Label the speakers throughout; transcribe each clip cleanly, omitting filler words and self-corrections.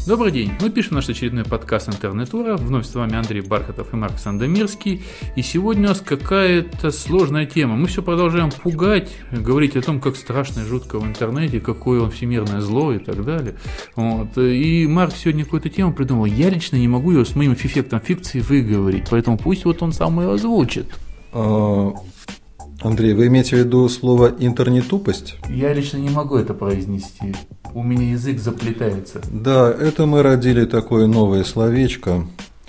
Speaker 1: Добрый день, мы пишем наш очередной подкаст «Интернетура». Вновь с вами Андрей Бархатов и Марк Сандомирский. И сегодня у нас какая-то сложная тема. Мы все продолжаем пугать, говорить о том, как страшно и жутко в интернете, какое он всемирное зло и так далее. Вот. И Марк сегодня какую-то тему придумал. Я лично не могу ее с моим эффектом фикции выговорить, поэтому пусть вот он сам ее озвучит.
Speaker 2: Андрей, вы имеете в виду слово «интернетупость»?
Speaker 1: Я лично не могу это произнести. У меня язык заплетается.
Speaker 2: Да, это мы родили такое новое словечко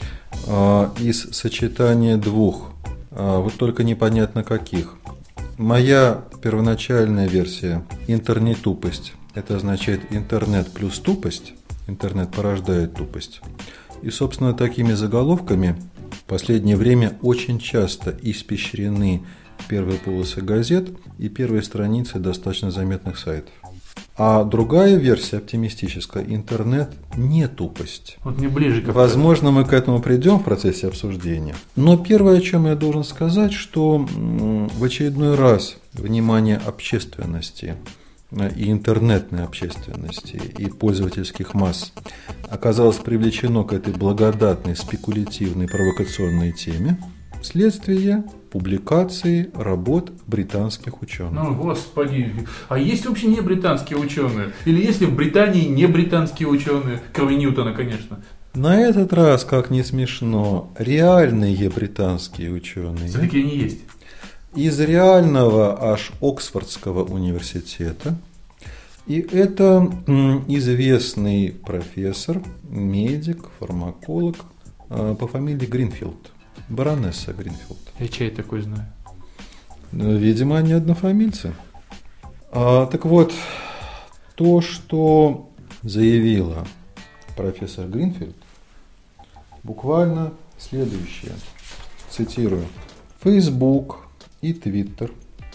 Speaker 2: из сочетания двух, вот только непонятно каких. Моя первоначальная версия «интернетупость» – это означает интернет плюс тупость, интернет порождает тупость. И, собственно, такими заголовками в последнее время очень часто испещрены первые полосы газет и первые страницы достаточно заметных сайтов. А другая версия оптимистическая – интернет не тупость.
Speaker 1: Вот мне ближе как-то.
Speaker 2: Возможно, мы к этому придем в процессе обсуждения. Но первое, о чем я должен сказать, что в очередной раз внимание общественности и интернетной общественности и пользовательских масс оказалось привлечено к этой благодатной, спекулятивной, провокационной теме вследствие публикации работ британских ученых.
Speaker 1: Ну, господи, а есть вообще не британские ученые? Или есть ли в Британии не британские ученые, кроме Ньютона, конечно?
Speaker 2: На этот раз, как ни смешно, реальные британские ученые.
Speaker 1: Все-таки они есть.
Speaker 2: Из реального аж Оксфордского университета. И это известный профессор, медик, фармаколог по фамилии Гринфилд. Баронесса Гринфилд.
Speaker 1: Я чай такой знаю.
Speaker 2: Видимо, они однофамильцы. Так вот, то, что заявила профессор Гринфилд, буквально следующее. Цитирую. Facebook и Twitter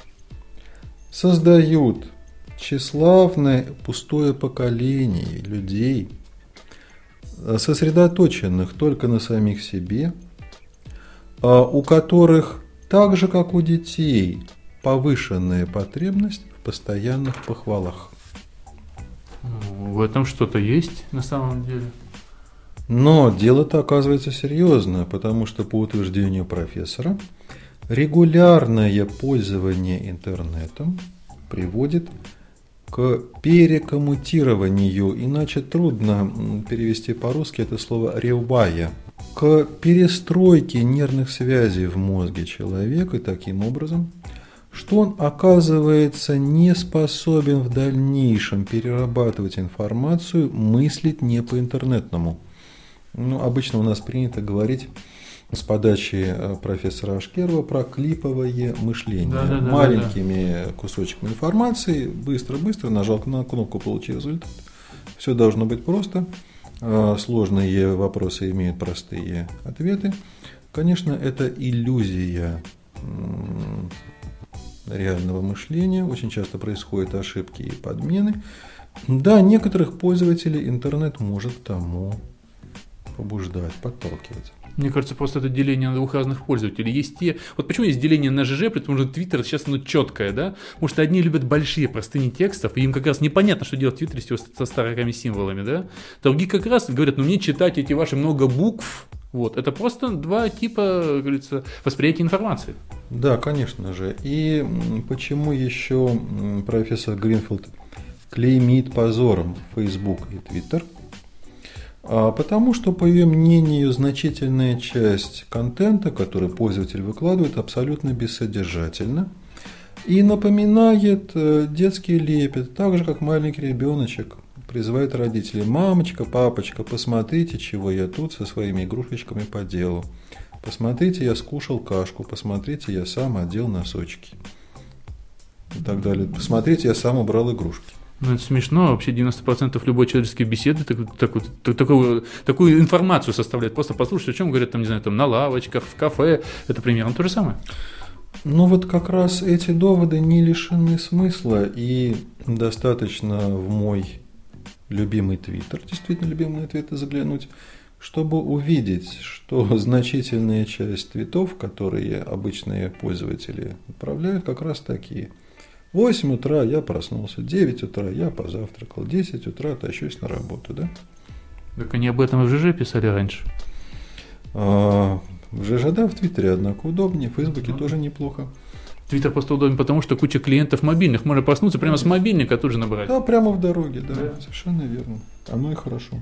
Speaker 2: создают тщеславное пустое поколение людей, сосредоточенных только на самих себе, у которых, так же как у детей, повышенная потребность в постоянных похвалах.
Speaker 1: В этом что-то есть на самом деле.
Speaker 2: Но дело-то оказывается серьезное, потому что, по утверждению профессора, регулярное пользование интернетом приводит к перекоммутированию, иначе трудно перевести по-русски это слово «ревая», к перестройке нервных связей в мозге человека таким образом, что он оказывается не способен в дальнейшем перерабатывать информацию, мыслить не по-интернетному. Обычно у нас принято говорить с подачи профессора Ашкерова про клиповое мышление. Маленькими кусочками информации, быстро-быстро нажал на кнопку «Получи результат». Все должно быть просто. Сложные вопросы имеют простые ответы. Конечно, это иллюзия реального мышления. Очень часто происходят ошибки и подмены. Да, некоторых пользователей интернет может к тому побуждать, подталкивать.
Speaker 1: Мне кажется, просто это деление на двух разных пользователей. Есть те... Вот почему есть деление на ЖЖ, потому что Твиттер сейчас четкое, да? Потому что одни любят большие простыни текстов, и им как раз непонятно, что делать в Твиттере со старыми символами, да? Другие как раз говорят, мне читать эти ваши много букв, вот. Это просто два типа, как говорится, восприятия информации.
Speaker 2: Да, конечно же. И почему еще профессор Гринфилд клеймит позором Facebook и Twitter? Потому что, по ее мнению, значительная часть контента, который пользователь выкладывает, абсолютно бессодержательна и напоминает детский лепет, так же, как маленький ребеночек призывает родителей: «Мамочка, папочка, посмотрите, чего я тут со своими игрушечками поделал. Посмотрите, я скушал кашку, посмотрите, я сам одел носочки». И так далее. «Посмотрите, я сам убрал игрушки».
Speaker 1: Ну, это смешно. Вообще 90% любой человеческой беседы такую информацию составляет. Просто послушать, о чем говорят, там, не знаю, там, на лавочках, в кафе. Это примерно то же самое.
Speaker 2: Ну, вот как раз эти доводы не лишены смысла. И достаточно в мой любимый Твиттер, действительно любимый Твиттер, заглянуть, чтобы увидеть, что значительная часть твитов, которые обычные пользователи отправляют, как раз такие. 8 утра я проснулся, 9 утра я позавтракал, 10 утра тащусь на работу, да?
Speaker 1: Так они об этом и в ЖЖ писали раньше.
Speaker 2: В ЖЖ, да, в Твиттере, однако, удобнее, в Фейсбуке тоже неплохо.
Speaker 1: Твиттер просто удобен, потому что куча клиентов мобильных. Можно проснуться прямо с мобильника, тут же набрать.
Speaker 2: Да, прямо в дороге, да, совершенно верно. Оно и хорошо.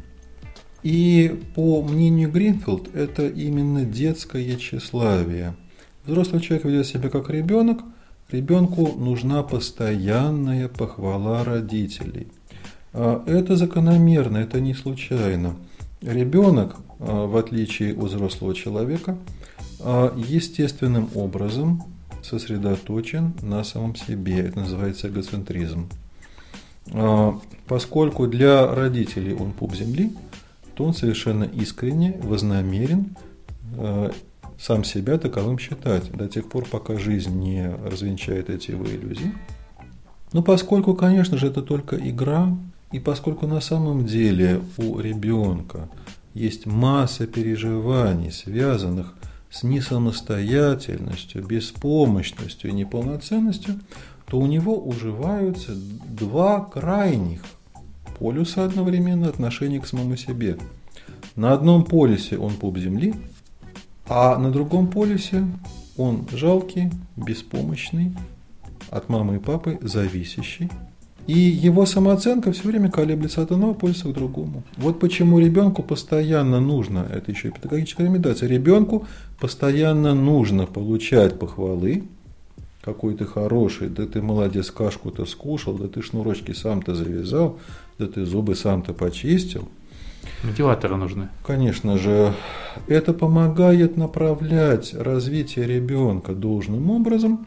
Speaker 2: И по мнению Гринфилд, это именно детское тщеславие. Взрослый человек ведет себя как ребенок, ребенку нужна постоянная похвала родителей. Это закономерно, это не случайно. Ребенок, в отличие от взрослого человека, естественным образом сосредоточен на самом себе. Это называется эгоцентризм. Поскольку для родителей он пуп земли, то он совершенно искренне вознамерен сам себя таковым считать до тех пор, пока жизнь не развенчает эти его иллюзии. Но поскольку, конечно же, это только игра, и поскольку на самом деле у ребенка есть масса переживаний, связанных с несамостоятельностью, беспомощностью и неполноценностью, то у него уживаются два крайних полюса одновременно отношения к самому себе. На одном полюсе он пуп земли, а на другом полюсе он жалкий, беспомощный, от мамы и папы зависящий. И его самооценка все время колеблется от одного полюса к другому. Вот почему ребенку постоянно нужно, это еще и педагогическая рекомендация, ребенку постоянно нужно получать похвалы. Какой ты хороший, да ты молодец, кашку-то скушал, да ты шнурочки сам-то завязал, да ты зубы сам-то почистил.
Speaker 1: Мотиваторы нужны.
Speaker 2: Конечно же, это помогает направлять развитие ребенка должным образом.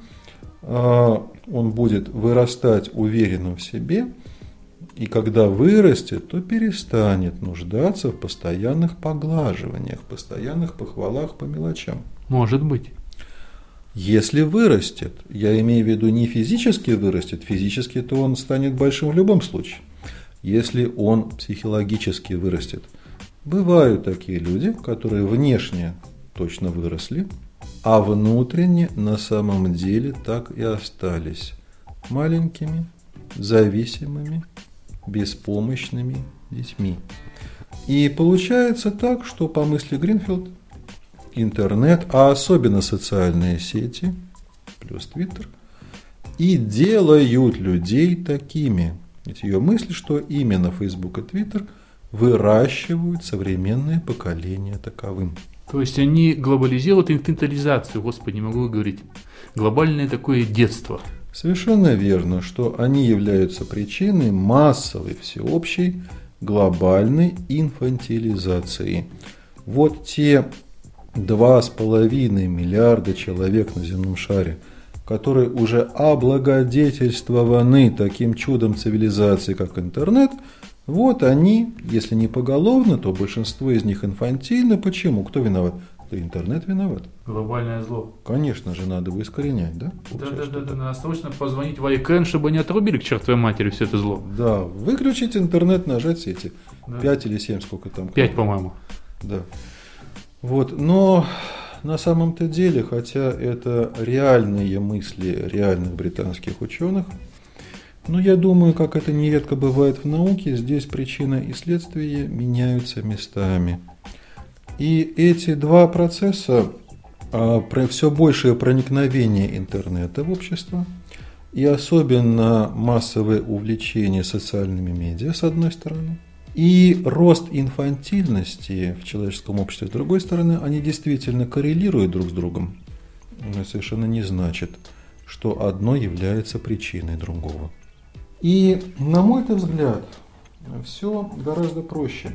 Speaker 2: Он будет вырастать уверенным в себе, и когда вырастет, то перестанет нуждаться в постоянных поглаживаниях, постоянных похвалах по мелочам.
Speaker 1: Может быть.
Speaker 2: Если вырастет, я имею в виду не физически вырастет, физически то он станет большим в любом случае. Если он психологически вырастет. Бывают такие люди, которые внешне точно выросли, а внутренне на самом деле так и остались маленькими, зависимыми, беспомощными детьми. И получается так, что по мысли Гринфилд интернет, а особенно социальные сети, плюс Твиттер, и делают людей такими. Ведь ее мысль, что именно Facebook и Твиттер выращивают современное поколение таковым.
Speaker 1: То есть они глобализируют инфантилизацию, господи, не могу говорить. Глобальное такое детство.
Speaker 2: Совершенно верно, что они являются причиной массовой, всеобщей, глобальной инфантилизации. Вот те 2,5 миллиарда человек на земном шаре, которые уже облагодетельствованы таким чудом цивилизации, как интернет, вот они, если не поголовно, то большинство из них инфантильны. Почему? Кто виноват? Да интернет виноват.
Speaker 1: Глобальное зло.
Speaker 2: Конечно же, надо его искоренять, да?
Speaker 1: Да, надо срочно позвонить в Айкен, чтобы они отрубили к чертовой матери все это зло.
Speaker 2: Да, выключить интернет, нажать сети. Да. 5 или 7, сколько там?
Speaker 1: 5, по-моему.
Speaker 2: Да. Вот, но на самом-то деле, хотя это реальные мысли реальных британских ученых, но я думаю, как это нередко бывает в науке, здесь причина и следствие меняются местами. И эти два процесса, все большее проникновение интернета в общество и особенно массовое увлечение социальными медиа, с одной стороны, и рост инфантильности в человеческом обществе, с другой стороны, они действительно коррелируют друг с другом. Но совершенно не значит, что одно является причиной другого. И, на мой взгляд, все гораздо проще.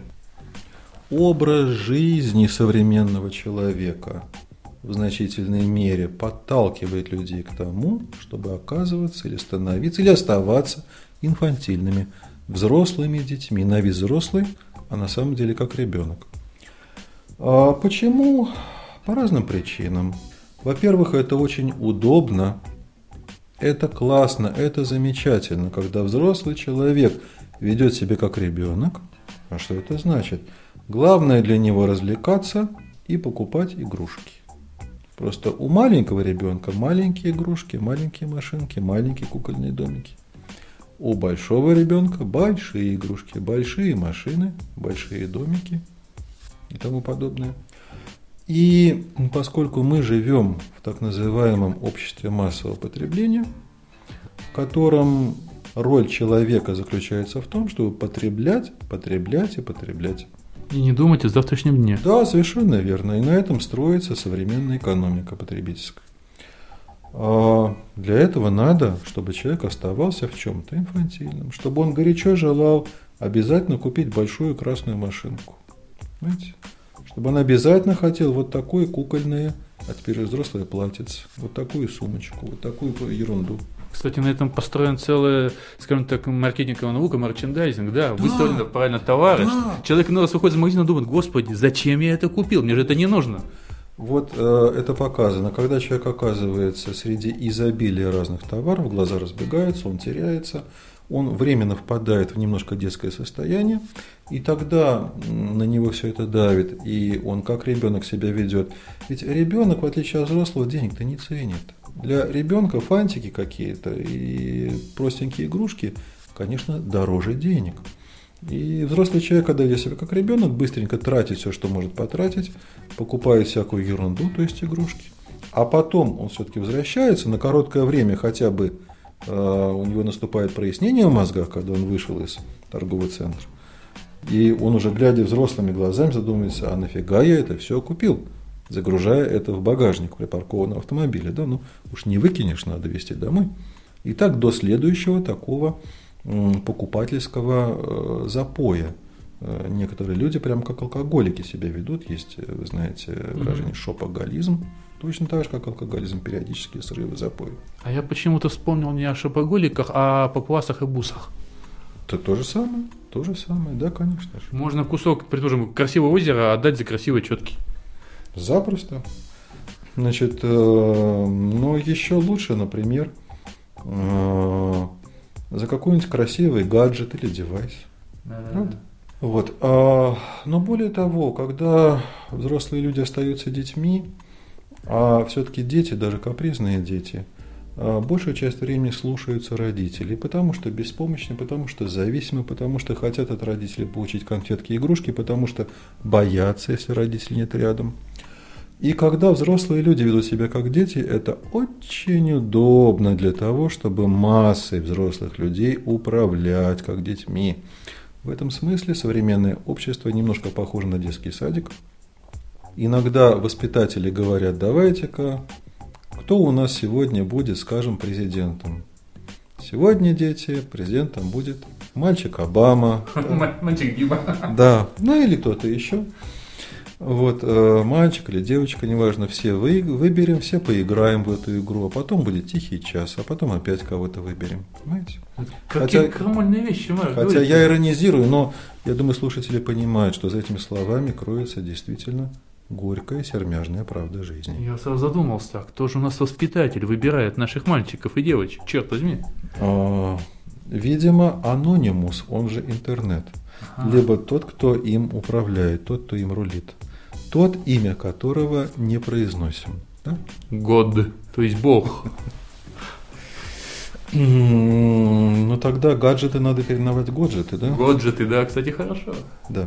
Speaker 2: Образ жизни современного человека в значительной мере подталкивает людей к тому, чтобы оказываться или становиться, или оставаться инфантильными, взрослыми детьми. На вид взрослый, а на самом деле как ребенок. А почему? По разным причинам. Во-первых, это очень удобно. Это классно, это замечательно, когда взрослый человек ведет себя как ребенок. А что это значит? Главное для него развлекаться и покупать игрушки. Просто у маленького ребенка маленькие игрушки, маленькие машинки, маленькие кукольные домики. У большого ребенка большие игрушки, большие машины, большие домики и тому подобное. И поскольку мы живем в так называемом обществе массового потребления, в котором роль человека заключается в том, чтобы потреблять, потреблять и потреблять.
Speaker 1: И не думать о завтрашнем дне.
Speaker 2: Да, совершенно верно. И на этом строится современная экономика потребительская. А для этого надо, чтобы человек оставался в чем-то инфантильным, чтобы он горячо желал обязательно купить большую красную машинку. Понимаете? Чтобы он обязательно хотел вот такое кукольное, а теперь взрослое платьице, вот такую сумочку, вот такую ерунду.
Speaker 1: Кстати, на этом построен целая, скажем так, маркетинговая наука, мерчендайзинг, да, выставлены правильно товары. Да. Человек на раз выходит из магазина и думает: господи, зачем я это купил, мне же это не нужно.
Speaker 2: Вот это показано. Когда человек оказывается среди изобилия разных товаров, глаза разбегаются, он теряется, он временно впадает в немножко детское состояние, и тогда на него все это давит, и он как ребенок себя ведет. Ведь ребенок, в отличие от взрослого, денег-то не ценит. Для ребенка фантики какие-то и простенькие игрушки, конечно, дороже денег. И взрослый человек, когда ведет себя как ребенок, быстренько тратит все, что может потратить, покупает всякую ерунду, то есть игрушки. А потом он все-таки возвращается на короткое время, хотя бы у него наступает прояснение в мозгах, когда он вышел из торгового центра. И он уже, глядя взрослыми глазами, задумывается: а нафига я это все купил? Загружая это в багажник припаркованного автомобиля. Да, ну уж не выкинешь, надо везти домой. И так до следующего такого покупательского запоя. Некоторые люди прям как алкоголики себя ведут. Есть, вы знаете, выражение шопоголизм. Точно так же, как алкоголизм, периодические срывы, запои.
Speaker 1: А я почему-то вспомнил не о шопоголиках, а о папуасах и бусах.
Speaker 2: Это то же самое, да, конечно же.
Speaker 1: Можно кусок, предположим, красивого озера отдать за красивые четки.
Speaker 2: Запросто. Значит, но еще лучше, например, за какой-нибудь красивый гаджет или девайс. Правда? Вот. Но более того, когда взрослые люди остаются детьми, а все-таки дети, даже капризные дети, большую часть времени слушаются родителей, потому что беспомощны, потому что зависимы, потому что хотят от родителей получить конфетки и игрушки, потому что боятся, если родителей нет рядом. И когда взрослые люди ведут себя как дети, это очень удобно для того, чтобы массой взрослых людей управлять как детьми. В этом смысле современное общество немножко похоже на детский садик. Иногда воспитатели говорят: давайте-ка, кто у нас сегодня будет, скажем, президентом? Сегодня, дети, президентом будет мальчик Обама.
Speaker 1: Мальчик Биба.
Speaker 2: Да, ну или кто-то еще. Вот, мальчик или девочка, неважно, все выберем, все поиграем в эту игру, а потом будет тихий час, а потом опять кого-то выберем. Понимаете?
Speaker 1: Какие крамольные вещи, Марк.
Speaker 2: Хотя я иронизирую, но я думаю, слушатели понимают, что за этими словами кроется действительно горькая сермяжная правда жизни.
Speaker 1: Я сразу задумался, кто же у нас воспитатель выбирает наших мальчиков и девочек, черт возьми.
Speaker 2: Видимо, анонимус, он же интернет. Либо тот, кто им управляет, тот, кто им рулит. Тот, имя которого не произносим. Да?
Speaker 1: God, то есть Бог.
Speaker 2: Ну тогда гаджеты надо переименовать гаджеты, да?
Speaker 1: Гаджеты, да, кстати, хорошо.
Speaker 2: Да.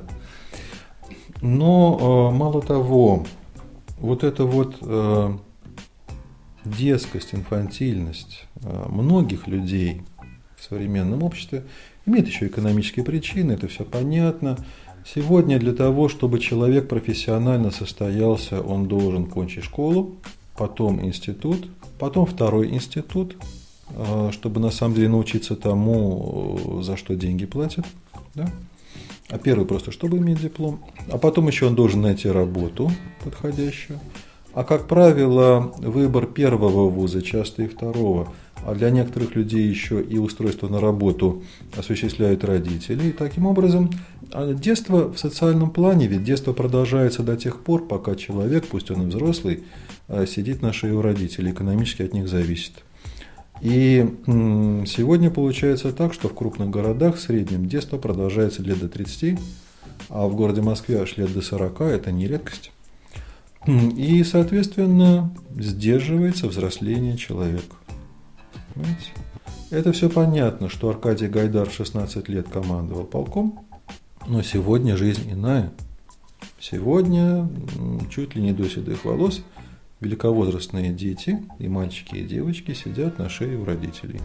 Speaker 2: Но мало того, вот эта вот детскость, инфантильность многих людей в современном обществе имеет еще экономические причины, это все понятно. Сегодня для того, чтобы человек профессионально состоялся, он должен кончить школу, потом институт, потом второй институт, чтобы на самом деле научиться тому, за что деньги платят. Да? А первый просто, чтобы иметь диплом. А потом еще он должен найти работу подходящую. А как правило, выбор первого вуза, часто и второго, а для некоторых людей еще и устройство на работу осуществляют родители. И таким образом, детство в социальном плане, ведь детство продолжается до тех пор, пока человек, пусть он и взрослый, сидит на шее у родителей, экономически от них зависит. И сегодня получается так, что в крупных городах в среднем детство продолжается лет до 30, а в городе Москве аж лет до 40, это не редкость. И, соответственно, сдерживается взросление человека. Понимаете? Это все понятно, что Аркадий Гайдар в 16 лет командовал полком, но сегодня жизнь иная. Сегодня чуть ли не до седых волос великовозрастные дети, и мальчики, и девочки, сидят на шее у родителей.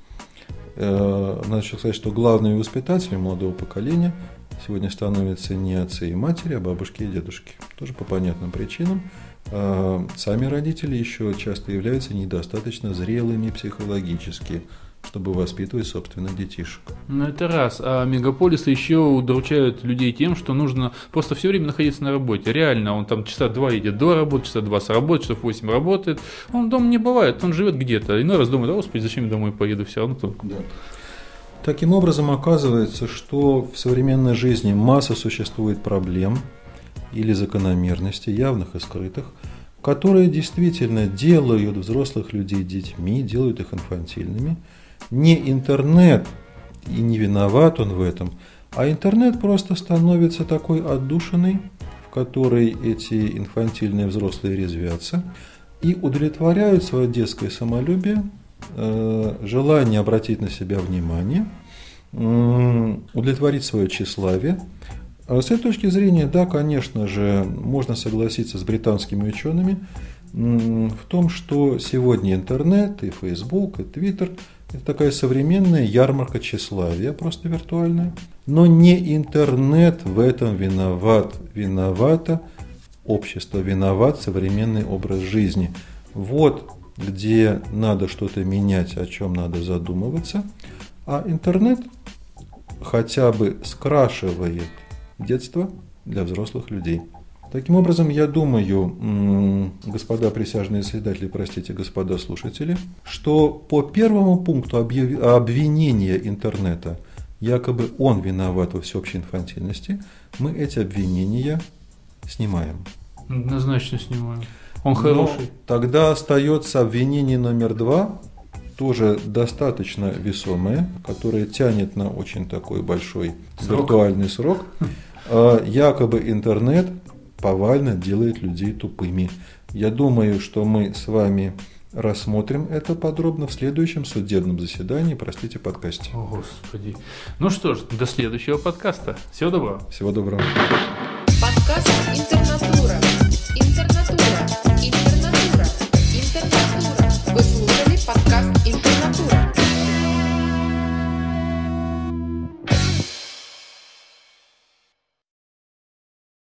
Speaker 2: Надо еще сказать, что главными воспитателями молодого поколения сегодня становятся не отцы и матери, а бабушки и дедушки. Тоже по понятным причинам. Сами родители еще часто являются недостаточно зрелыми психологически, чтобы воспитывать собственных детишек.
Speaker 1: Ну, это раз. А мегаполисы еще удручают людей тем, что нужно просто все время находиться на работе. Реально, он там часа 2 едет до работы, часа 2 с работы, часов 8 работает. Он дома не бывает, он живет где-то. Иной раз думает: господи, зачем я домой поеду, все равно только.
Speaker 2: Да. Таким образом, оказывается, что в современной жизни масса существует проблем или закономерностей, явных и скрытых, которые действительно делают взрослых людей детьми, делают их инфантильными. Не интернет, и не виноват он в этом, а интернет просто становится такой отдушиной, в которой эти инфантильные взрослые резвятся и удовлетворяют свое детское самолюбие, желание обратить на себя внимание, удовлетворить свое тщеславие. С этой точки зрения, да, конечно же, можно согласиться с британскими учеными в том, что сегодня интернет, и Facebook, и Twitter – это такая современная ярмарка тщеславия, просто виртуальная. Но не интернет в этом виноват. Виновато общество, виноват современный образ жизни. Вот где надо что-то менять, о чем надо задумываться. А интернет хотя бы скрашивает детство для взрослых людей. Таким образом, я думаю, господа присяжные заседатели, простите, господа слушатели, что по первому пункту обвинения интернета, якобы он виноват во всеобщей инфантильности, мы эти обвинения снимаем.
Speaker 1: Однозначно снимаем. Он хороший.
Speaker 2: Но тогда остается обвинение номер 2, тоже достаточно весомое, которое тянет на очень такой большой виртуальный срок. Якобы интернет повально делает людей тупыми. Я думаю, что мы с вами рассмотрим это подробно в следующем судебном заседании, подкасте.
Speaker 1: О, Господи. Ну что ж, до следующего подкаста. Всего доброго.
Speaker 2: Всего доброго.
Speaker 3: Подкаст